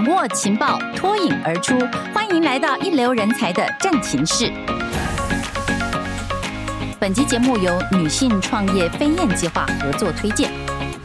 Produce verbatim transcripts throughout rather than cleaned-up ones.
掌握情报，脱颖而出。欢迎来到一流人才的战情室。本集节目由女性创业飞燕计划合作推荐。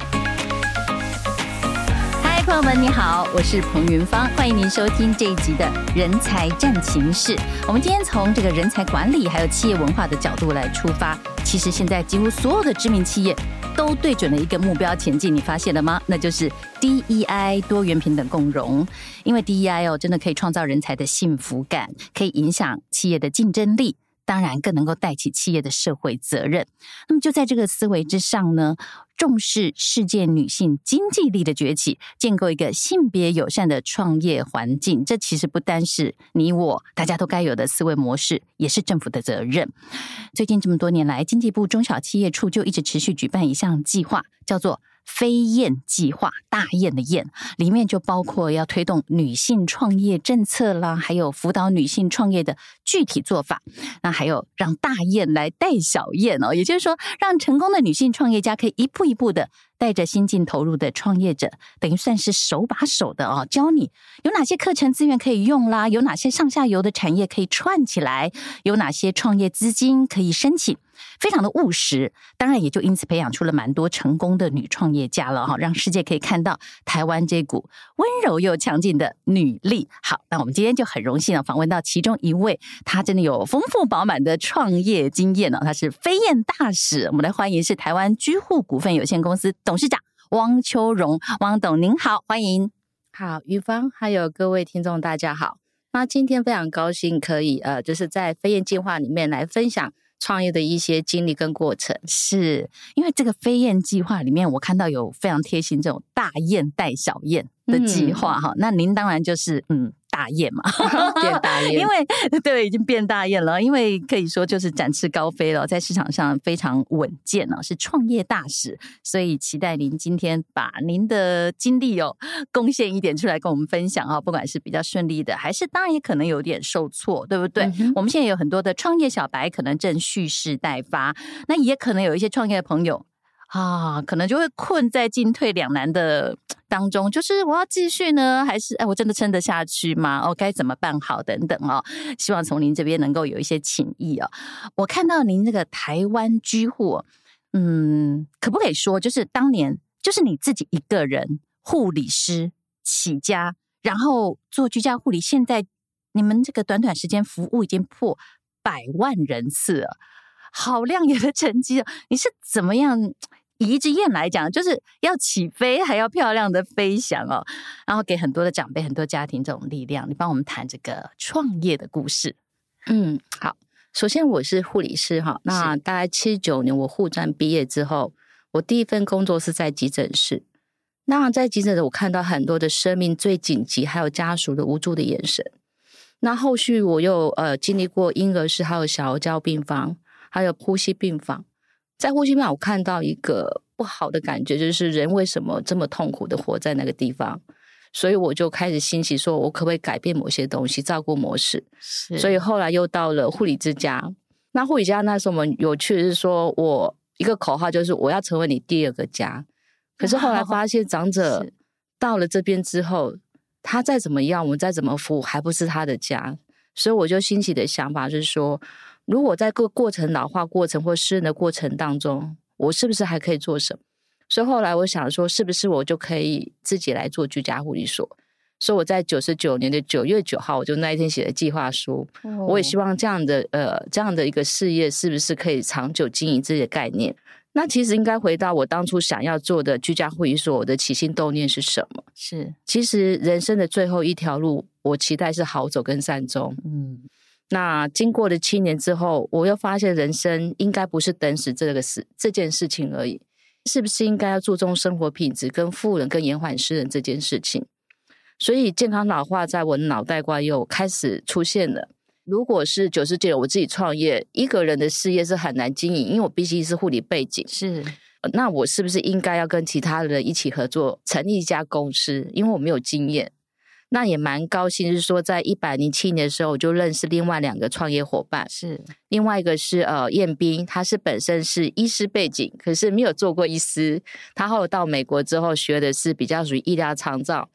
嗨，朋友们，你好，我是彭云芳，欢迎您收听这一集的人才战情室。我们今天从这个人才管理还有企业文化的角度来出发，其实现在几乎所有的知名企业都对准了一个目标前进，你发现了吗？那就是 D E I 多元平等共融。因为 D E I 哦，真的可以创造人才的幸福感，可以影响企业的竞争力，当然更能够带起企业的社会责任。那么就在这个思维之上呢，重视世界女性经济力的崛起，建构一个性别友善的创业环境，这其实不单是你我大家都该有的思维模式，也是政府的责任。最近这么多年来，经济部中小企业处就一直持续举办一项计划，叫做飞燕计划，大雁的雁，里面就包括要推动女性创业政策啦，还有辅导女性创业的具体做法，那还有让大雁来带小雁哦，也就是说让成功的女性创业家可以一步一步的带着新进投入的创业者，等于算是手把手的哦，教你有哪些课程资源可以用啦，有哪些上下游的产业可以串起来，有哪些创业资金可以申请，非常的务实。当然也就因此培养出了蛮多成功的女创业家了，让世界可以看到台湾这股温柔又强劲的女力。好，那我们今天就很荣幸访问到其中一位，她真的有丰富饱满的创业经验，她是飞燕大使。我们来欢迎是台湾居户股份有限公司董事长汪秋蓉。汪董您好，欢迎。 好，于芳还有各位听众大家好。那今天非常高兴可以呃，就是在飞燕计划里面来分享创业的一些经历跟过程。 是因为这个飞燕计划里面我看到有非常贴心这种大雁带小雁的计划哈、嗯，那您当然就是嗯大雁嘛， 变大雁， 因为对已经变大雁了，因为可以说就是展翅高飞了，在市场上非常稳健哦，是创业大使，所以期待您今天把您的经历哦贡献一点出来跟我们分享啊，不管是比较顺利的，还是当然也可能有点受挫，对不对？嗯、我们现在有很多的创业小白可能正蓄势待发，那也可能有一些创业的朋友啊，可能就会困在进退两难的当中，就是我要继续呢，还是哎，我真的撑得下去吗？哦，该怎么办好？等等哦，希望从您这边能够有一些情谊哦。我看到您这个台湾居户，嗯，可不可以说，就是当年就是你自己一个人护理师起家，然后做居家护理，现在你们这个短短时间服务已经破百万人次了，好亮眼的成绩哦！你是怎么样？以一只雁来讲，就是要起飞还要漂亮的飞翔哦，然后给很多的长辈很多家庭这种力量。你帮我们谈这个创业的故事。 嗯，好，首先我是护理师哈，那大概七十九年我护专毕业之后，我第一份工作是在急诊室。那在急诊室我看到很多的生命最紧急，还有家属的无助的眼神。那后续我又呃经历过婴儿室，还有小儿交病房，还有呼吸病房。在呼吸病房我看到一个不好的感觉，就是人为什么这么痛苦的活在那个地方，所以我就开始兴起说我可不可以改变某些东西照顾模式，所以后来又到了护理之家。那护理之家那时候我们有趣的是说，我一个口号就是我要成为你第二个家。可是后来发现长者到了这边之后，他再怎么样我们再怎么服务还不是他的家，所以我就兴起的想法是说，如果在各过程老化过程或失能的过程当中，我是不是还可以做什么？所以后来我想说，是不是我就可以自己来做居家护理所？所以我在九十九年的九月九号，我就那一天写了计划书。哦、我也希望这样的呃这样的一个事业，是不是可以长久经营这些概念？那其实应该回到我当初想要做的居家护理所，我的起心动念是什么？ 是， 其实人生的最后一条路，我期待是好走跟善终。嗯。那经过了七年之后，我又发现人生应该不是等死这个事这件事情而已，是不是应该要注重生活品质跟富人跟延缓失能这件事情？所以健康老化在我的脑袋瓜又开始出现了。如果是九十九我自己创业，一个人的事业是很难经营，因为我毕竟是护理背景， 是那我是不是应该要跟其他人一起合作成立一家公司？因为我没有经验。那也蛮高兴是说在一百零七年的时候我就认识另外两个创业伙伴， 是另外一个是呃彦斌，他是本身是医师背景，可是没有做过医师，他后来到美国之后学的是比较属于医疗长照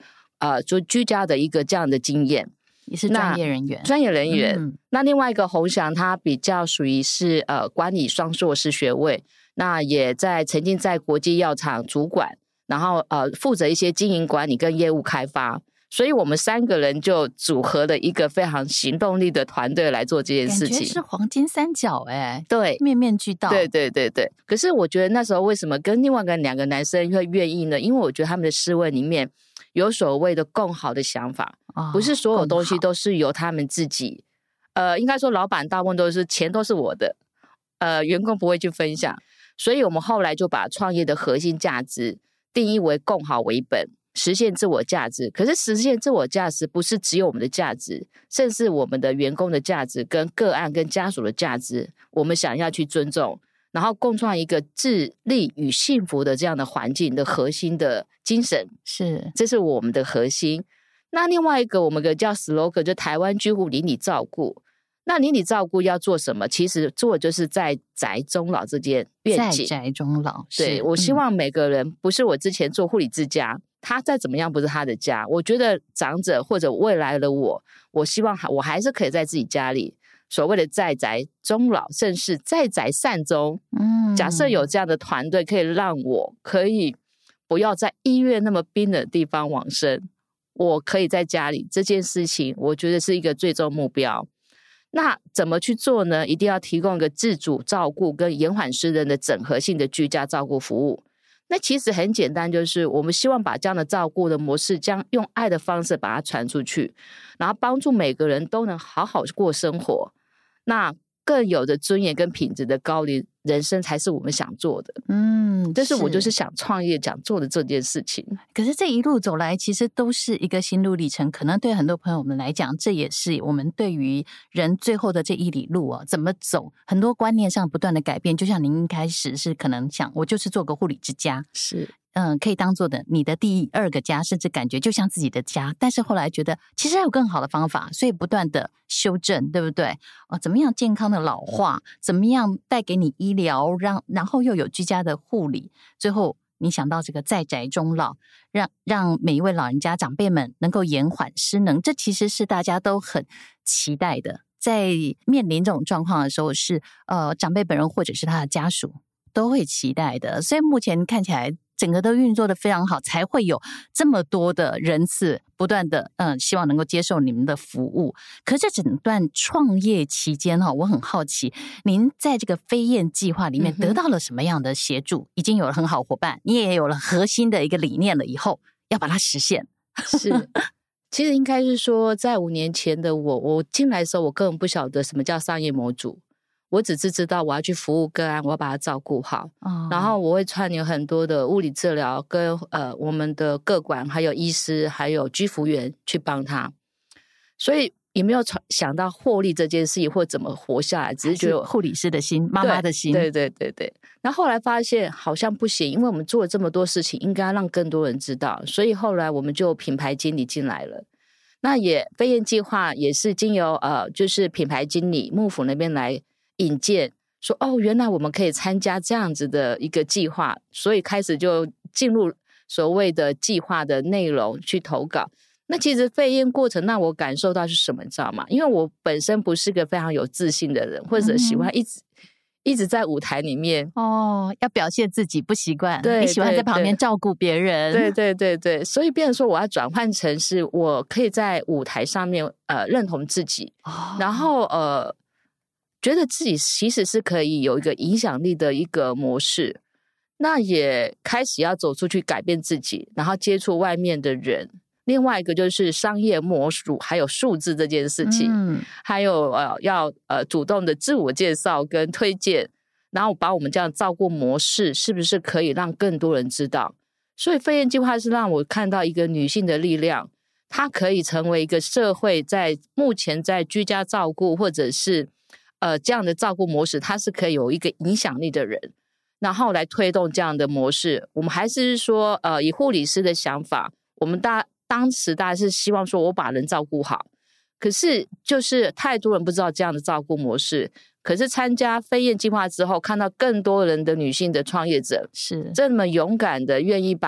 呃做居家的一个这样的经验， 也是专业人员， 专业人员、 嗯。 那另外一个鸿翔，他比较属于是呃管理双硕士学位，那也在曾经在国际药厂主管，然后呃负责一些经营管理跟业务开发。所以我们三个人就组合了一个非常行动力的团队来做这件事情， 感觉是黄金三角哎， 对， 面面俱到， 对对对对。可是我觉得那时候为什么跟另外一个两个男生会愿意呢？因为我觉得他们的思维里面有所谓的共好的想法，哦、不是所有东西都是由他们自己，呃，应该说老板大部分都是钱都是我的，呃，员工不会去分享，所以我们后来就把创业的核心价值定义为共好为本。实现自我价值，可是实现自我价值不是只有我们的价值，甚至我们的员工的价值跟个案跟家属的价值，我们想要去尊重，然后共创一个自立与幸福的这样的环境的核心的精神， 是， 这是我们的核心。那另外一个我们的叫 slogan 就台湾居户邻里照顾，那邻里照顾要做什么？其实做就是在宅终老这件愿景， 在宅终老， 对，我希望每个人、嗯、不是我之前做护理之家，他再怎么样不是他的家，我觉得长者或者未来的我，我希望我还是可以在自己家里所谓的在宅终老，甚至在宅善终。嗯，假设有这样的团队可以让我可以不要在医院那么冰冷的地方往生，我可以在家里，这件事情我觉得是一个最终目标。那怎么去做呢？一定要提供一个自主照顾跟延缓失能的整合性的居家照顾服务。那其实很简单，就是我们希望把这样的照顾的模式，将用爱的方式把它传出去，然后帮助每个人都能好好过生活，那更有的尊严跟品质的高龄人生才是我们想做的。嗯，这是我就是想创业想做的这件事情。 可是这一路走来其实都是一个心路历程，可能对很多朋友们来讲，这也是我们对于人最后的这一里路啊，怎么走，很多观念上不断的改变。就像您一开始是可能想我就是做个护理之家， 是嗯，可以当做的你的第二个家，甚至感觉就像自己的家，但是后来觉得其实还有更好的方法，所以不断的修正，对不对？哦，怎么样健康的老化，怎么样带给你医疗，让然后又有居家的护理，最后你想到这个在宅终老，让让每一位老人家长辈们能够延缓失能，这其实是大家都很期待的。在面临这种状况的时候，是呃长辈本人或者是他的家属都会期待的，所以目前看起来整个都运作的非常好，才会有这么多的人次不断的嗯，希望能够接受你们的服务。可是这整段创业期间哈，我很好奇，您在这个飞燕计划里面得到了什么样的协助？嗯、已经有了很好伙伴，你也有了核心的一个理念了，以后要把它实现。 是，其实应该是说，在五年前的我，我进来的时候，我根本不晓得什么叫商业模组。我只是知道我要去服务个案，我要把它照顾好，哦、然后我会串联很多的物理治疗跟呃我们的个管，还有医师，还有居服员去帮他，所以也没有想到获利这件事情或怎么活下来，只是觉得护理师的心，妈妈的心， 对对对对。然后后来发现好像不行，因为我们做了这么多事情，应该让更多人知道，所以后来我们就品牌经理进来了。那也飞燕计划也是经由呃就是品牌经理幕府那边来引荐，说哦，原来我们可以参加这样子的一个计划，所以开始就进入所谓的计划的内容去投稿。那其实飞燕过程让我感受到是什么，你知道吗？因为我本身不是个非常有自信的人，或者喜欢一直、嗯、一直在舞台里面哦，要表现自己不习惯，对，你喜欢在旁边照顾别人， 对对对对，所以变成说我要转换成是我可以在舞台上面呃认同自己，哦、然后呃。觉得自己其实是可以有一个影响力的一个模式，那也开始要走出去改变自己，然后接触外面的人。另外一个就是商业模组还有数字这件事情，嗯、还有呃要呃主动的自我介绍跟推荐，然后把我们这样照顾模式是不是可以让更多人知道。所以飞燕计划是让我看到一个女性的力量，她可以成为一个社会在目前在居家照顾或者是呃，这样的照顾模式，它是可以有一个影响力的人，然后来推动这样的模式。我们还是说，呃，以护理师的想法，我们大当时大家是希望说我把人照顾好，可是就是太多人不知道这样的照顾模式。可是参加飞燕计划之后，看到更多人的女性的创业者是这么勇敢的，愿意把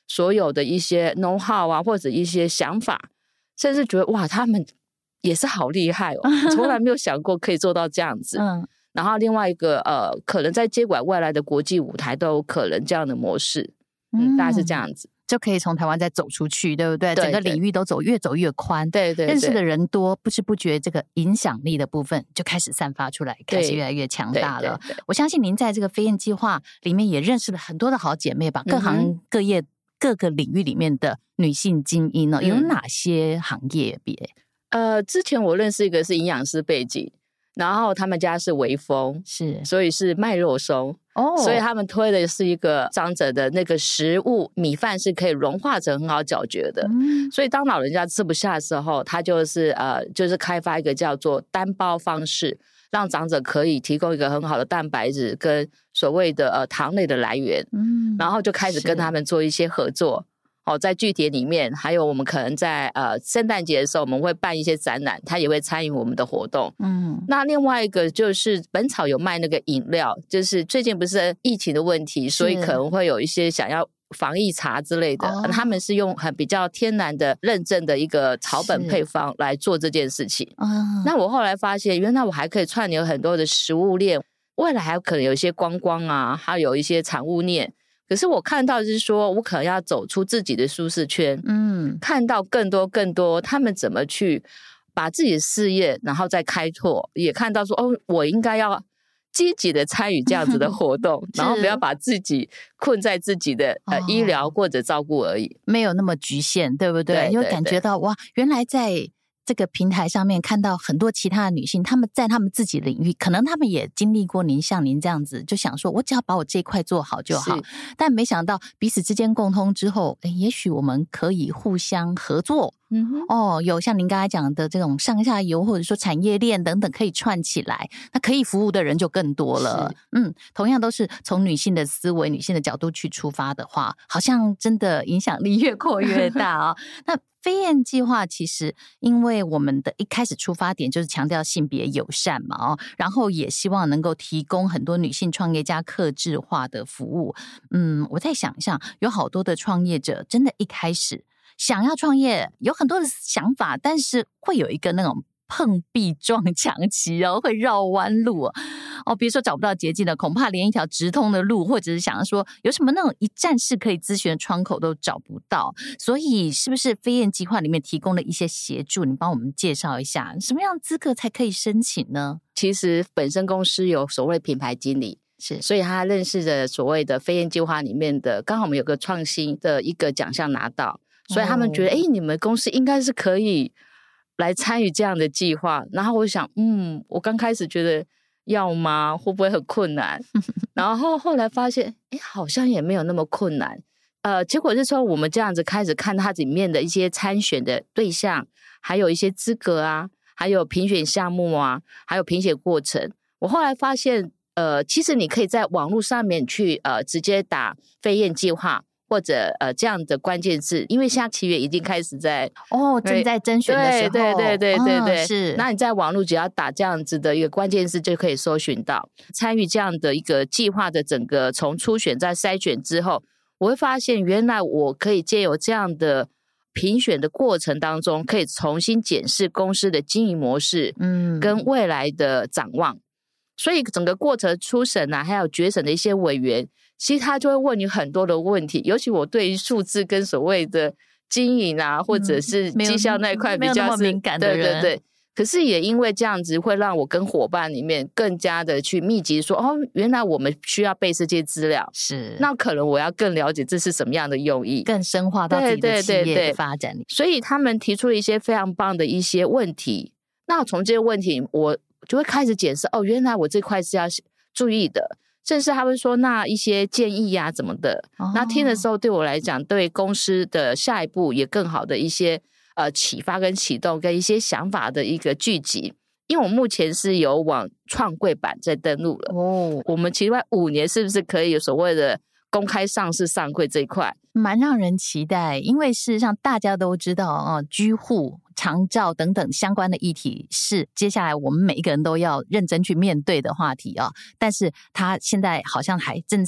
所有的一些 know how 啊，或者一些想法，甚至觉得哇，他们也是好厉害哦，从来没有想过可以做到这样子。嗯，然后另外一个呃，可能在接管未来的国际舞台都有可能这样的模式，嗯，嗯大概是这样子。 就可以从台湾再走出去，对不对？对，整个领域都走越走越宽， 对 对, 对， 认识的人多，不知不觉这个影响力的部分就开始散发出来，开始越来越强大了。对对对，我相信您在这个飞燕计划里面也认识了很多的好姐妹吧，各行各业、嗯、各个领域里面的女性精英呢，有哪些行业别？ 呃，之前我认识一个是营养师背景，然后他们家是微风， 是， 所以是卖肉松哦，所以他们推的是一个长者的那个食物米饭是可以融化成很好咀嚼的，嗯，所以当老人家吃不下的时候，他就是呃就是开发一个叫做单包方式，让长者可以提供一个很好的蛋白质跟所谓的呃糖类的来源，嗯，然后就开始跟他们做一些合作。哦，在据点里面，还有我们可能在呃圣诞节的时候，我们会办一些展览，他也会参与我们的活动。嗯，那另外一个就是本草有卖那个饮料，就是最近不是疫情的问题，所以可能会有一些想要防疫茶之类的，哦，他们是用很比较天然的认证的一个草本配方来做这件事情。嗯，那我后来发现，原来我还可以串联很多的食物链，未来还有可能有一些观光啊，还有一些产物链。可是我看到就是说我可能要走出自己的舒适圈，嗯，看到更多更多他们怎么去把自己的事业然后再开拓，也看到说哦，我应该要积极的参与这样子的活动然后不要把自己困在自己的、呃、医疗或者照顾而已， 没有那么局限，对不对？对对对，因为感觉到哇，原来在这个平台上面看到很多其他的女性，她们在她们自己领域，可能她们也经历过您像您这样子，就想说我只要把我这一块做好就好，但没想到彼此之间共通之后，诶，也许我们可以互相合作。嗯哼，哦，有像您刚才讲的这种上下游或者说产业链等等可以串起来，那可以服务的人就更多了。嗯，同样都是从女性的思维、女性的角度去出发的话，好像真的影响力越扩越大啊、哦。那飞燕计划其实因为我们的一开始出发点就是强调性别友善嘛，哦，然后也希望能够提供很多女性创业家客制化的服务。嗯，我在想象有好多的创业者真的一开始想要创业，有很多的想法，但是会有一个那种碰壁撞墙期哦，会绕弯路哦。哦，比如说找不到捷径了，恐怕连一条直通的路，或者是想要说有什么那种一站式可以咨询的窗口都找不到。所以，是不是飞燕计划里面提供了一些协助？你帮我们介绍一下，什么样的资格才可以申请呢？ 其实本身公司有所谓品牌经理。是，所以他认识的所谓的飞燕计划里面的，刚好我们有个创新的一个奖项拿到，所以他们觉得，哎、哦，你们公司应该是可以来参与这样的计划。然后我想，嗯，我刚开始觉得要吗？会不会很困难？然后后来发现，哎，好像也没有那么困难。呃，结果是说，我们这样子开始看它里面的一些参选的对象，还有一些资格啊，还有评选项目啊，还有评选过程。我后来发现。呃，其实你可以在网络上面去呃直接打飞燕计划或者呃这样的关键字，因为现在七月已经开始在哦正在甄选的时候， 对对对对对对、哦、 是。 那你在网络只要打这样子的一个关键字就可以搜寻到参与这样的一个计划的整个从初选在筛选之后，我会发现原来我可以借由这样的评选的过程当中，可以重新检视公司的经营模式，嗯，跟未来的展望。所以整个过程初审啊，还有决审的一些委员，其实他就会问你很多的问题，尤其我对于数字跟所谓的经营啊，或者是绩效那一块比较是、嗯、没有那么敏感的人， 对对对。可是也因为这样子，会让我跟伙伴里面更加的去密集说，哦，原来我们需要背这些资料， 是。 那可能我要更了解这是什么样的用意， 更深化到自己的企业发展里。 所以他们提出了一些非常棒的一些问题，那从这些问题我就会开始检视，哦，原来我这块是要注意的，甚至他会说那一些建议啊怎么的、哦、那听的时候对我来讲，对公司的下一步也更好的一些呃启发跟启动跟一些想法的一个聚集。因为我目前是有往创柜板在登录了哦，我们期待五年是不是可以有所谓的公开上市上柜这一块， 蛮让人期待。因为事实上大家都知道哦，居户长照等等相关的议题是接下来我们每一个人都要认真去面对的话题哦。但是他现在好像还正在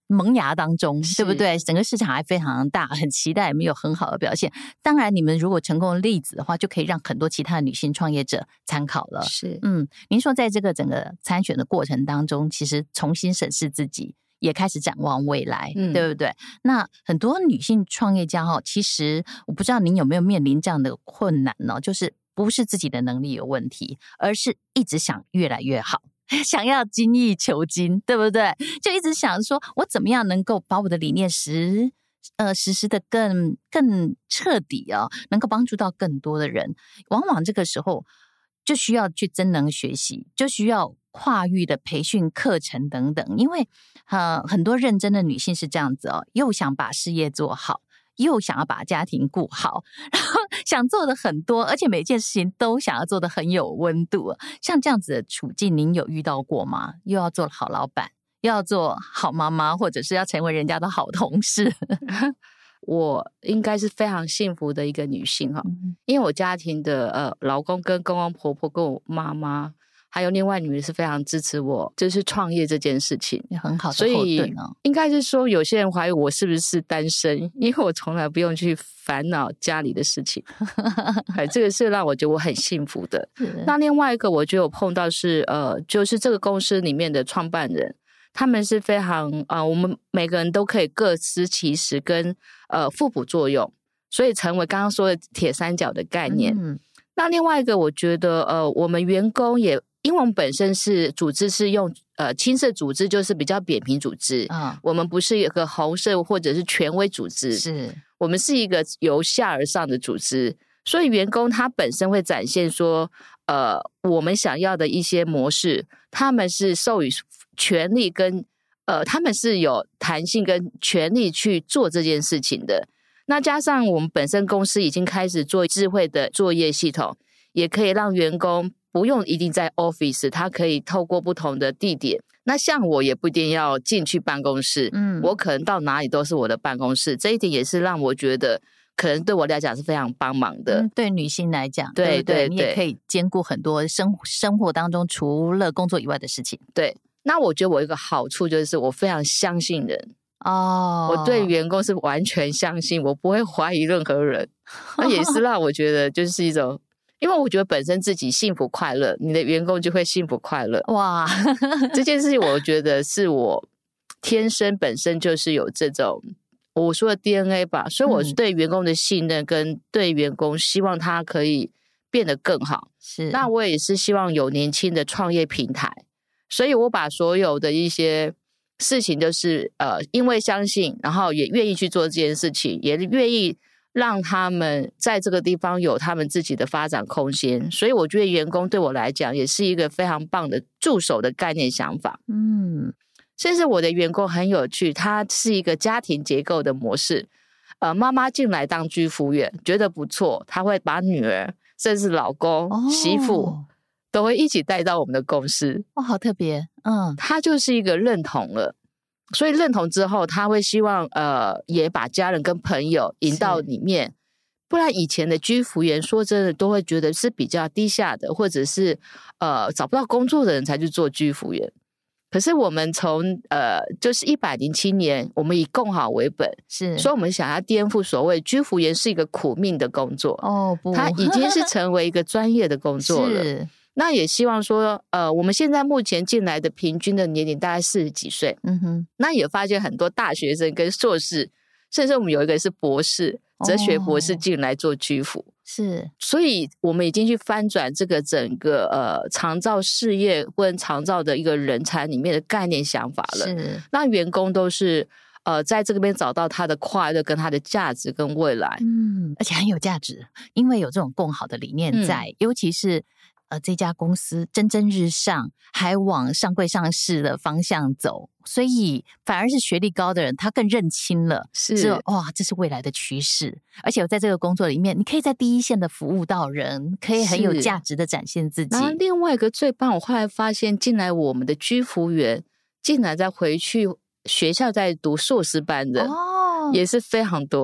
萌芽当中，对不对？整个市场还非常大，很期待有没有很好的表现。当然，你们如果成功的例子的话，就可以让很多其他的女性创业者参考了。 是， 嗯，您说在这个整个参选的过程当中，其实重新审视自己，也开始展望未来，嗯、对不对？那很多女性创业家哈，其实我不知道您有没有面临这样的困难呢？就是不是自己的能力有问题，而是一直想越来越好。想要精益求精，对不对？就一直想说我怎么样能够把我的理念实呃实施的更更彻底哦，能够帮助到更多的人。往往这个时候就需要去真能学习，就需要跨域的培训课程等等。因为呃很多认真的女性是这样子哦，又想把事业做好，又想要把家庭顾好，然后想做的很多，而且每件事情都想要做的很有温度。像这样子的处境，您有遇到过吗？又要做好老板，又要做好妈妈，或者是要成为人家的好同事？ 我应该是非常幸福的一个女性哈，嗯、因为我家庭的呃老公跟公公婆婆跟我妈妈。还有另外女人是非常支持我，就是创业这件事情， 很好的后盾哦。 所以应该是说，有些人怀疑我是不是单身，因为我从来不用去烦恼家里的事情。哎，这个是让我觉得我很幸福的。那另外一个，我觉得我碰到是呃，就是这个公司里面的创办人，他们是非常啊、呃，我们每个人都可以各司其职跟呃互补作用，所以成为刚刚说的铁三角的概念。嗯、那另外一个，我觉得呃，我们员工也。因为我们本身是组织是用呃青色组织，就是比较扁平组织啊、嗯，我们不是一个红色或者是权威组织， 是我们是一个由下而上的组织，所以员工他本身会展现说，呃，我们想要的一些模式，他们是授予权利跟呃，他们是有弹性跟权利去做这件事情的。那加上我们本身公司已经开始做智慧的作业系统，也可以让员工。不用一定在 office， 他可以透过不同的地点。那像我也不一定要进去办公室，嗯，我可能到哪里都是我的办公室。这一点也是让我觉得，可能对我来讲是非常帮忙的。 嗯、对女性来讲， 对对, 对, 对，你也可以兼顾很多生生活当中除了工作以外的事情。 对，那我觉得我有一个好处就是我非常相信人哦，我对员工是完全相信，我不会怀疑任何人。那也是让我觉得就是一种。因为我觉得本身自己幸福快乐，你的员工就会幸福快乐。哇，这件事情我觉得是我天生本身就是有这种我说的 D N A 吧，所以我对员工的信任跟对员工希望他可以变得更好。是，那我也是希望有年轻的创业平台，所以我把所有的一些事情就是呃，因为相信，然后也愿意去做这件事情，也愿意。让他们在这个地方有他们自己的发展空间，所以我觉得员工对我来讲也是一个非常棒的助手的概念想法。嗯，甚至我的员工很有趣，他是一个家庭结构的模式。呃，妈妈进来当居服员，觉得不错，他会把女儿甚至老公、哦、媳妇都会一起带到我们的公司。 哦，好特别。嗯， 他就是一个认同了。所以认同之后，他会希望呃，也把家人跟朋友引到里面，不然以前的居服员说真的都会觉得是比较低下的，或者是呃找不到工作的人才去做居服员。可是我们从呃就是一百零七年，我们以共好为本，是，所以我们想要颠覆所谓居服员是一个苦命的工作哦，不，它已经是成为一个专业的工作了。是。那也希望说，呃，我们现在目前进来的平均的年龄大概四十几岁，嗯哼。那也发现很多大学生跟硕士，甚至我们有一个是博士，哲学博士进来做居服，是。所以我们已经去翻转这个整个呃长照事业跟长照的一个人才里面的概念想法了。是。那员工都是呃在这边找到他的快乐跟他的价值跟未来， 嗯，而且很有价值，因为有这种共好的理念在，嗯、尤其是。呃，这家公司蒸蒸日上，还往上柜上市的方向走，所以反而是学历高的人，他更认清了，是哇，这是未来的趋势。而且我在这个工作里面，你可以在第一线的服务到人，可以很有价值的展现自己。 然后另外一个最棒，我后来发现进来我们的居服员，进来再回去学校再读硕士班的，哦，也是非常多的。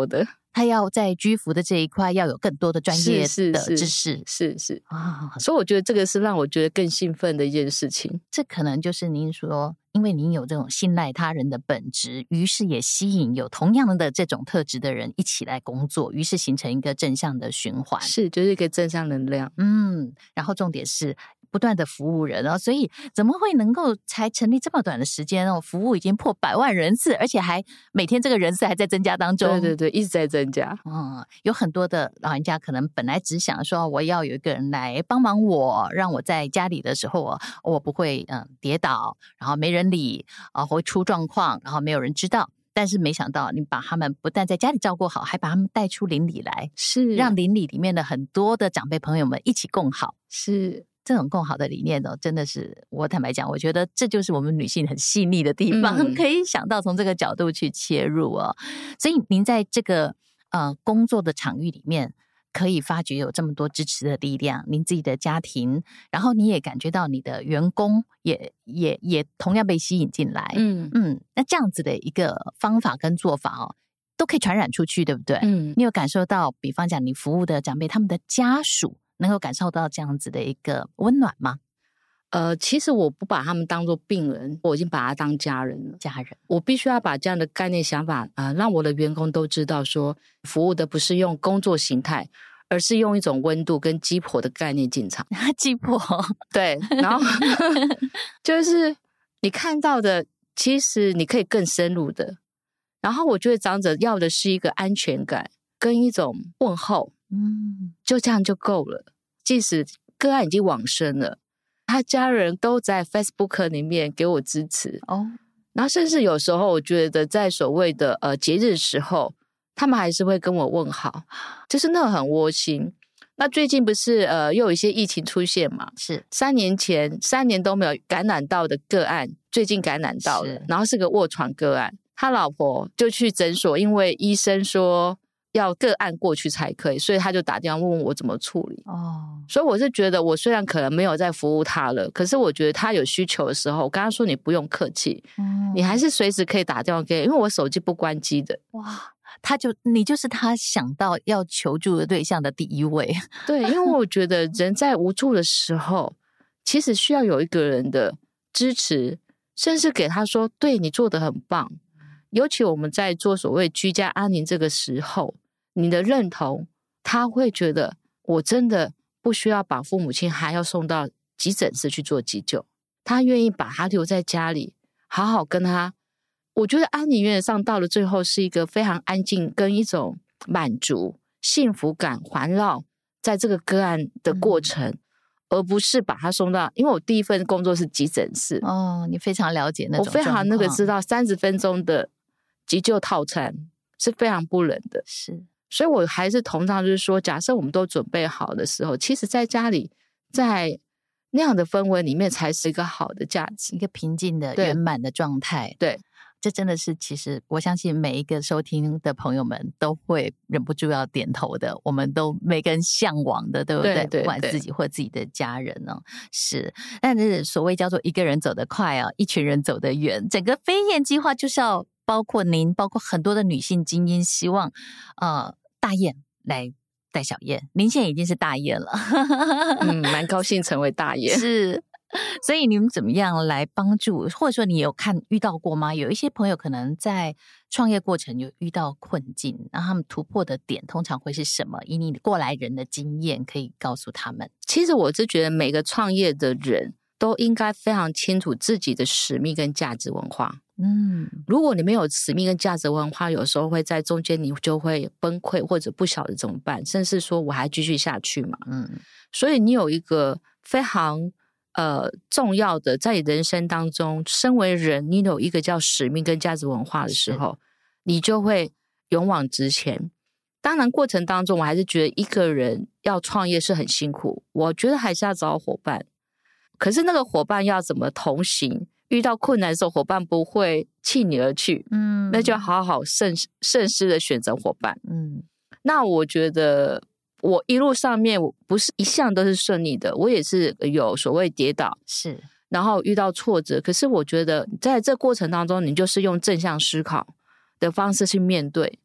他要在居服的这一块要有更多的专业的是是知识， 是是是啊， 所以我觉得这个是让我觉得更兴奋的一件事情。 这可能就是您说，因为您有这种信赖他人的本质，于是也吸引有同样的这种特质的人一起来工作，于是形成一个正向的循环， 是就是一个正向能量。 嗯，然后重点是不断的服务人哦，所以怎么会能够才成立这么短的时间哦，服务已经破百万人次，而且还每天这个人次还在增加当中。 对对对，一直在增加。 嗯，有很多的老人家可能本来只想说我要有一个人来帮忙我，让我在家里的时候我我不会嗯跌倒，然后没人理啊，会出状况，然后没有人知道。但是没想到你把他们不但在家里照顾好，还把他们带出邻里来， 是让邻里里面的很多的长辈朋友们一起共好。 是这种共好的理念哦，真的是我坦白讲，我觉得这就是我们女性很细腻的地方，嗯、可以想到从这个角度去切入哦。所以您在这个呃工作的场域里面，可以发觉有这么多支持的力量，您自己的家庭，然后你也感觉到你的员工也也也同样被吸引进来，嗯嗯，那这样子的一个方法跟做法哦，都可以传染出去，对不对？嗯，你有感受到，比方讲你服务的长辈，他们的家属能够感受到这样子的一个温暖吗？ 呃，其实我不把他们当作病人，我已经把他当家人了。 家人， 我必须要把这样的概念想法啊、呃，让我的员工都知道说，服务的不是用工作形态，而是用一种温度跟鸡婆的概念进场。 鸡婆， 对，然后就是你看到的，其实你可以更深入的。然后我觉得长者要的是一个安全感跟一种问候，嗯，就这样就够了。即使个案已经往生了，他家人都在 Facebook 里面给我支持哦，然后甚至有时候我觉得在所谓的呃节日时候，他们还是会跟我问好，就是那很窝心。那最近不是呃又有一些疫情出现嘛？是三年前三年都没有感染到的个案，最近感染到了，然后是个卧床个案，他老婆就去诊所，因为医生说要个案过去才可以，所以他就打电话问问我怎么处理。哦，所以我是觉得我虽然可能没有在服务他了，可是我觉得他有需求的时候，我跟他说你不用客气，嗯，你还是随时可以打电话给，因为我手机不关机的。 哇，他就你就是他想到要求助的对象的第一位。 对，因为我觉得人在无助的时候，其实需要有一个人的支持，甚至给他说对你做得很棒。尤其我们在做所谓居家安宁这个时候，你的认同，他会觉得我真的不需要把父母亲还要送到急诊室去做急救，他愿意把他留在家里，好好跟他。我觉得安宁院上到了最后是一个非常安静跟一种满足幸福感环绕在这个个案的过程、嗯、而不是把他送到，因为我第一份工作是急诊室哦，你非常了解那种状况， 我非常那个知道三十分钟的急救套餐是非常不忍的，是，所以我还是同样就是说，假设我们都准备好的时候，其实在家里在那样的氛围里面才是一个好的价值， 一个平静的圆满的状态。 对， 这真的是其实我相信每一个收听的朋友们都会忍不住要点头的，我们都每个人向往的，对不对？对对对，不管自己或自己的家人哦，是。但是所谓叫做一个人走得快啊，一群人走得远，整个飞燕计划就是要包括您，包括很多的女性精英，希望呃大雁来带小雁。您现在已经是大雁了， 嗯，蛮高兴成为大雁。 是，所以你们怎么样来帮助，或者说你有看遇到过吗？有一些朋友可能在创业过程有遇到困境，那他们突破的点通常会是什么？以你过来人的经验，可以告诉他们。 其实我是觉得每个创业的人都应该非常清楚自己的使命跟价值文化。嗯，如果你没有使命跟价值文化，有时候会在中间你就会崩溃，或者不晓得怎么办，甚至说我还继续下去嘛。嗯，所以你有一个非常呃重要的，在你人生当中，身为人，你有一个叫使命跟价值文化的时候，你就会勇往直前。当然过程当中我还是觉得一个人要创业是很辛苦，我觉得还是要找伙伴，可是那个伙伴要怎么同行，遇到困难的时候伙伴不会弃你而去，嗯，那就好好慎慎思的选择伙伴。嗯，那我觉得我一路上面不是一向都是顺利的，我也是有所谓跌倒，是，然后遇到挫折，可是我觉得在这过程当中你就是用正向思考的方式去面对，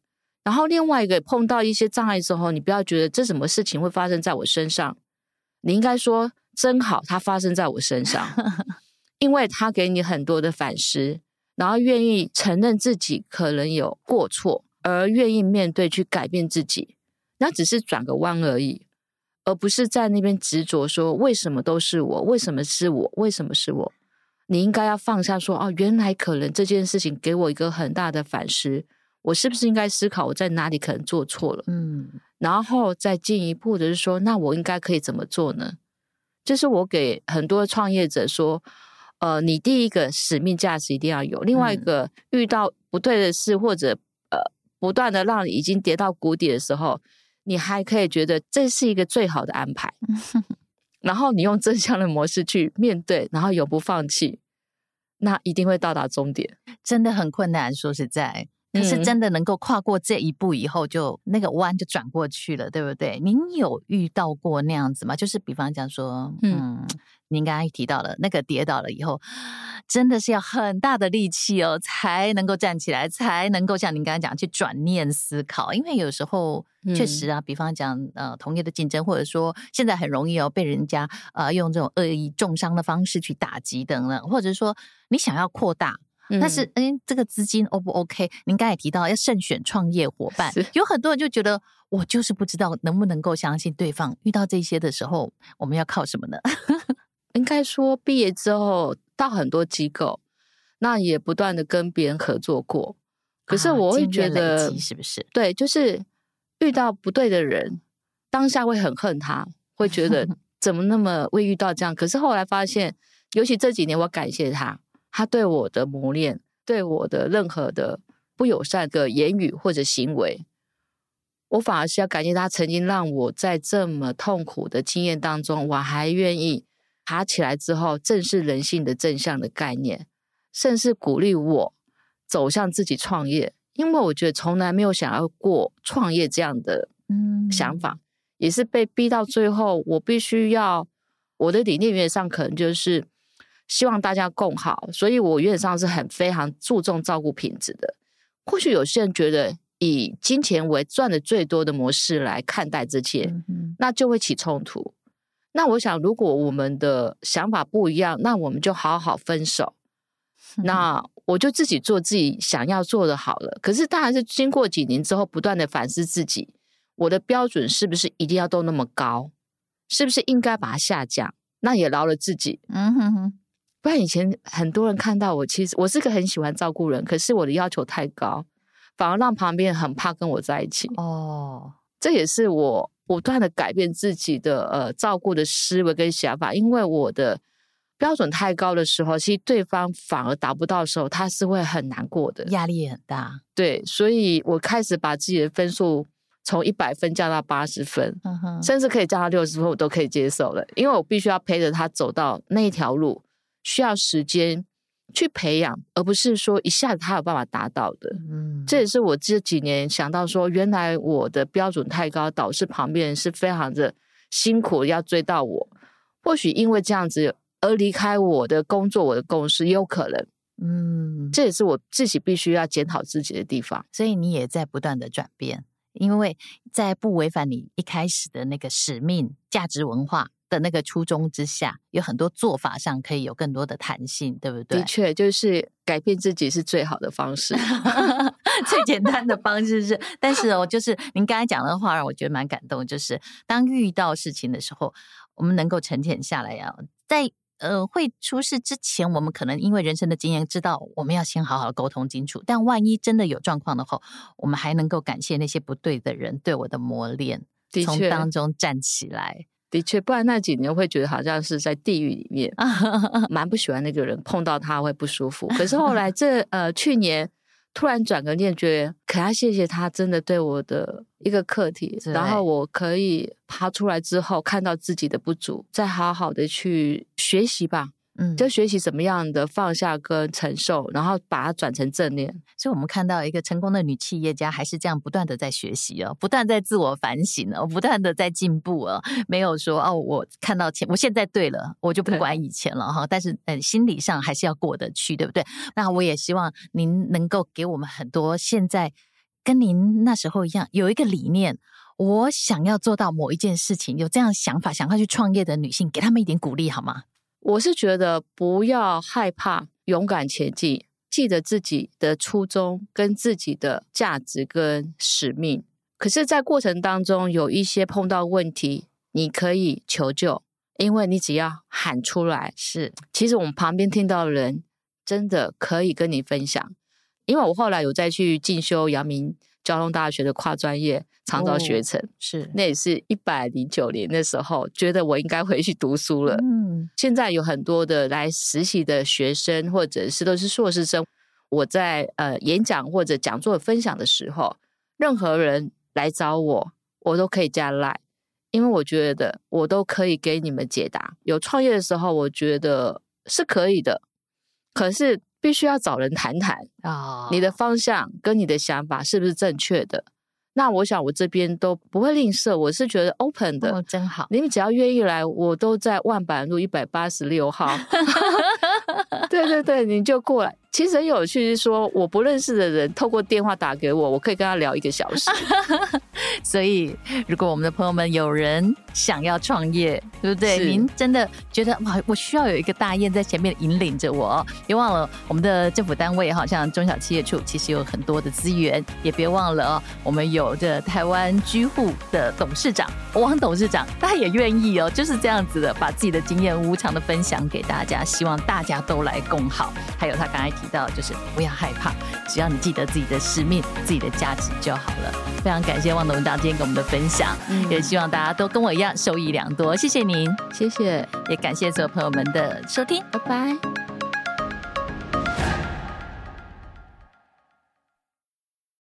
然后另外一个碰到一些障碍之后，你不要觉得这什么事情会发生在我身上，你应该说真好它发生在我身上因为它给你很多的反思，然后愿意承认自己可能有过错，而愿意面对去改变自己，那只是转个弯而已，而不是在那边执着说为什么都是我，为什么是我，为什么是我。你应该要放下说，哦，原来可能这件事情给我一个很大的反思，我是不是应该思考我在哪里可能做错了，嗯，然后再进一步的是说，那我应该可以怎么做呢？这是我给很多创业者说，呃，你第一个使命价值一定要有，另外一个、嗯、遇到不对的事或者呃不断的让你已经跌到谷底的时候，你还可以觉得这是一个最好的安排然后你用正向的模式去面对，然后永不放弃，那一定会到达终点。 真的很困难，说实在，可是真的能够跨过这一步以后，就那个弯就转过去了，对不对？您有遇到过那样子吗？就是比方讲说，嗯，嗯您刚才提到了那个跌倒了以后，真的是要很大的力气哦，才能够站起来，才能够像您刚才讲去转念思考。因为有时候确实啊，比方讲呃同业的竞争，或者说现在很容易哦被人家呃用这种恶意重伤的方式去打击等等，或者说你想要扩大。但是嗯，这个资金 O 不 OK？ 您刚才也提到要慎选创业伙伴，有很多人就觉得我就是不知道能不能够相信对方，遇到这些的时候我们要靠什么呢？ 应该说毕业之后到很多机构，那也不断的跟别人合作过，可是我会觉得、 啊、是不是对，就是遇到不对的人，当下会很恨他，会觉得怎么那么会遇到这样可是后来发现，尤其这几年我感谢他，他对我的磨练，对我的任何的不友善的言语或者行为，我反而是要感谢他曾经让我在这么痛苦的经验当中，我还愿意爬起来之后正视人性的正向的概念，甚至鼓励我走向自己创业。因为我觉得从来没有想要过创业这样的想法、嗯、也是被逼到最后，我必须要，我的理念原则上可能就是希望大家共好，所以我原则上是很非常注重照顾品质的。或许有些人觉得以金钱为赚的最多的模式来看待这些、嗯、那就会起冲突。那我想如果我们的想法不一样，那我们就好好分手、嗯、那我就自己做自己想要做的好了。可是当然是经过几年之后不断的反思自己，我的标准是不是一定要都那么高，是不是应该把它下降，那也饶了自己。嗯哼哼，不然以前很多人看到我，其实我是个很喜欢照顾人，可是我的要求太高，反而让旁边人很怕跟我在一起。哦，这也是我不断的改变自己的呃照顾的思维跟想法，因为我的标准太高的时候，其实对方反而达不到的时候，他是会很难过的， 压力也很大。 对，所以我开始把自己的分数从一百分降到八十分、嗯、甚至可以降到六十分，我都可以接受了。因为我必须要陪着他走到那一条路，需要时间去培养，而不是说一下子他有办法达到的。嗯，这也是我这几年想到说，原来我的标准太高，导致旁边人是非常的辛苦要追到我。或许因为这样子而离开我的工作，我的公司也有可能。嗯，这也是我自己必须要检讨自己的地方。 所以你也在不断的转变，因为在不违反你一开始的那个使命、价值文化的那个初衷之下，有很多做法上可以有更多的弹性，对不对？ 的确，就是改变自己是最好的方式最简单的方式是但是哦，就是您刚才讲的话让我觉得蛮感动，就是当遇到事情的时候，我们能够沉淀下来啊，在呃会出事之前，我们可能因为人生的经验知道我们要先好好沟通清楚，但万一真的有状况的话，我们还能够感谢那些不对的人对我的磨练，从当中站起来。 的确，不然那几年会觉得好像是在地狱里面蛮不喜欢那个人，碰到他会不舒服。可是后来这呃去年突然转个念，觉得可要谢谢他真的对我的一个课题，然后我可以爬出来之后看到自己的不足，再好好的去学习吧。嗯，就学习怎么样的放下跟承受，然后把它转成正念。 所以我们看到一个成功的女企业家还是这样不断的在学习哦，不断在自我反省哦，不断的在进步哦，没有说哦我看到前我现在对了我就不管以前了哈，但是嗯心理上还是要过得去，对不对？那我也希望您能够给我们很多现在跟您那时候一样，有一个理念，我想要做到某一件事情，有这样的想法，想要去创业的女性，给他们一点鼓励好吗？ 我是觉得不要害怕，勇敢前进，记得自己的初衷跟自己的价值跟使命。可是在过程当中有一些碰到问题，你可以求救，因为你只要喊出来，是其实我们旁边听到的人真的可以跟你分享。因为我后来有再去进修阳明交通大学的跨专业长照学程、哦、是那也是一百零九年的时候觉得我应该回去读书了。嗯，现在有很多的来实习的学生或者是都是硕士生，我在呃演讲或者讲座分享的时候，任何人来找我我都可以加 LINE， 因为我觉得我都可以给你们解答。有创业的时候我觉得是可以的，可是必须要找人谈谈、哦、你的方向跟你的想法是不是正确的。那我想我这边都不会吝啬，我是觉得 open 的、 哦、真好， 你们只要愿意来，我都在万板路一百八十六号对对对，你就过来。其实很有趣是说，我不认识的人透过电话打给我，我可以跟他聊一个小时所以如果我们的朋友们有人想要创业，对不对？您真的觉得哇，我需要有一个大雁在前面引领着我，别忘了我们的政府单位好像中小企业处其实有很多的资源，也别忘了、哦、我们有着台湾居户的董事长王董事长，他也愿意哦，就是这样子的把自己的经验无偿的分享给大家，希望大家都来共好。还有他刚才提到就是不要害怕，只要你记得自己的使命自己的价值就好了。非常感谢汪董事长今天跟我们的分享、嗯、也希望大家都跟我一样受益良多，谢谢您。 谢谢， 也感谢所有朋友们的收听，拜拜。